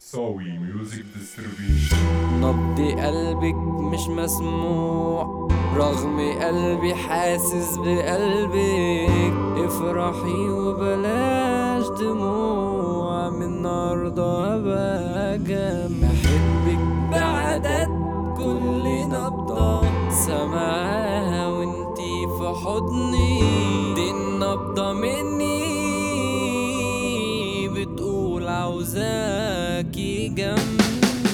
صاوي ميوزك ديستريبيوشن. نبض قلبك مش مسموع رغم قلبي حاسس بقلبك. افرحي وبلاش دموع، من النهارده ابقى جنبك. بحبك بعدد كل نبضة سمعاها وانتي في حضني. دي النبضة مني بتقول عاوزاكي جنبي.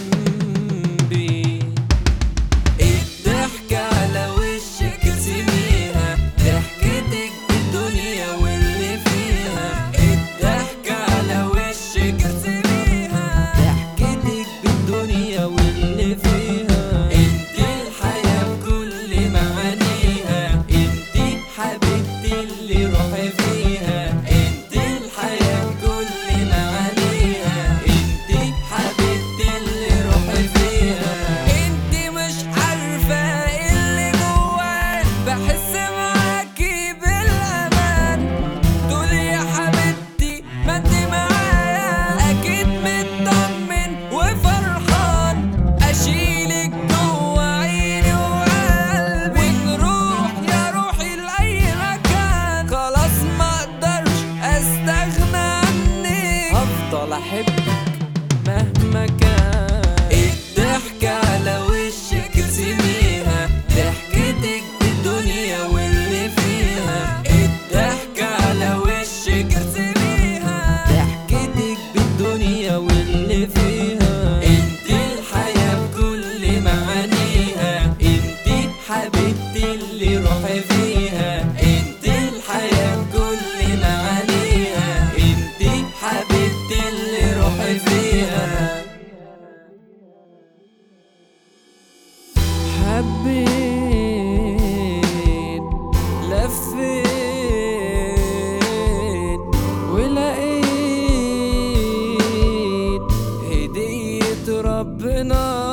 الضحكة على وشك سميها، ضحكتك بالدنيا واللي فيها. الضحكة على وشك سميها، ضحكتك بالدنيا واللي فيها. انت الحياة بكل معانيها، انت حبيبتي اللي روحي فيها. انت الحياة بكل معانيها، انت حبيبتي اللي روحي فيها. انت مش عارفة اللي جوايا، بحس معاكي بالامان. تقولي يا حبيبتي ما انت معايا، اكيد مطمن وفرحان. اشيلك جوا عيني وقلبي، ونروح يا روحي لاي مكان. خلاص ما اقدرش استغنى عنك، هفضل احبك مهما كان. الضحكة على وشك سميها، ضحكتك بالدنيا واللي فيها. الضحكة على وشك سميها، ضحكتك بالدنيا واللي فيها. انت الحياة بكل معانيها، انت حبيبتي اللي روحي فيها. انت الحياة بكل معانيها، انت حبيبتي اللي روحي فيها. حبيت لفيت ولقيت هدية ربنا.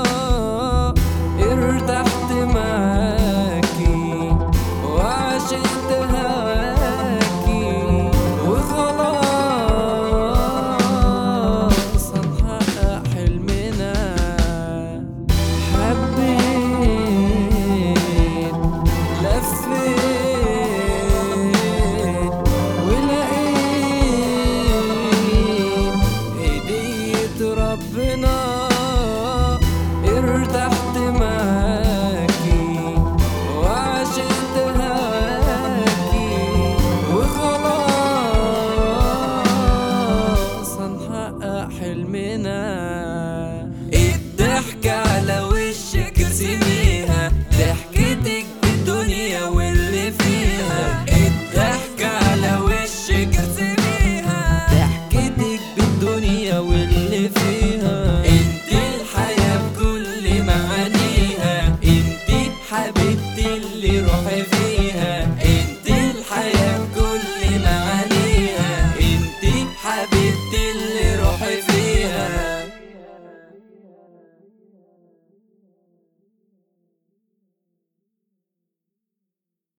ارتحت معاكي وعشقت هواكي، وخلاص هنحقق حلمنا. حبيت لفيت ولقيت هدية ربنا. ارتحت معاكي وعشقت هواكي، وخلاص هنحقق حلمنا. الضحكة على وشك سميها، ضحكتك بالدنيا واللي فيها. الضحكة على وشك سميها، ضحكتك بالدنيا واللي فيها. انت الحياة بكل معانيها، انت حبيبتي اللي روحي فيها. انت الحياة بكل معانيها، انت حبيبتي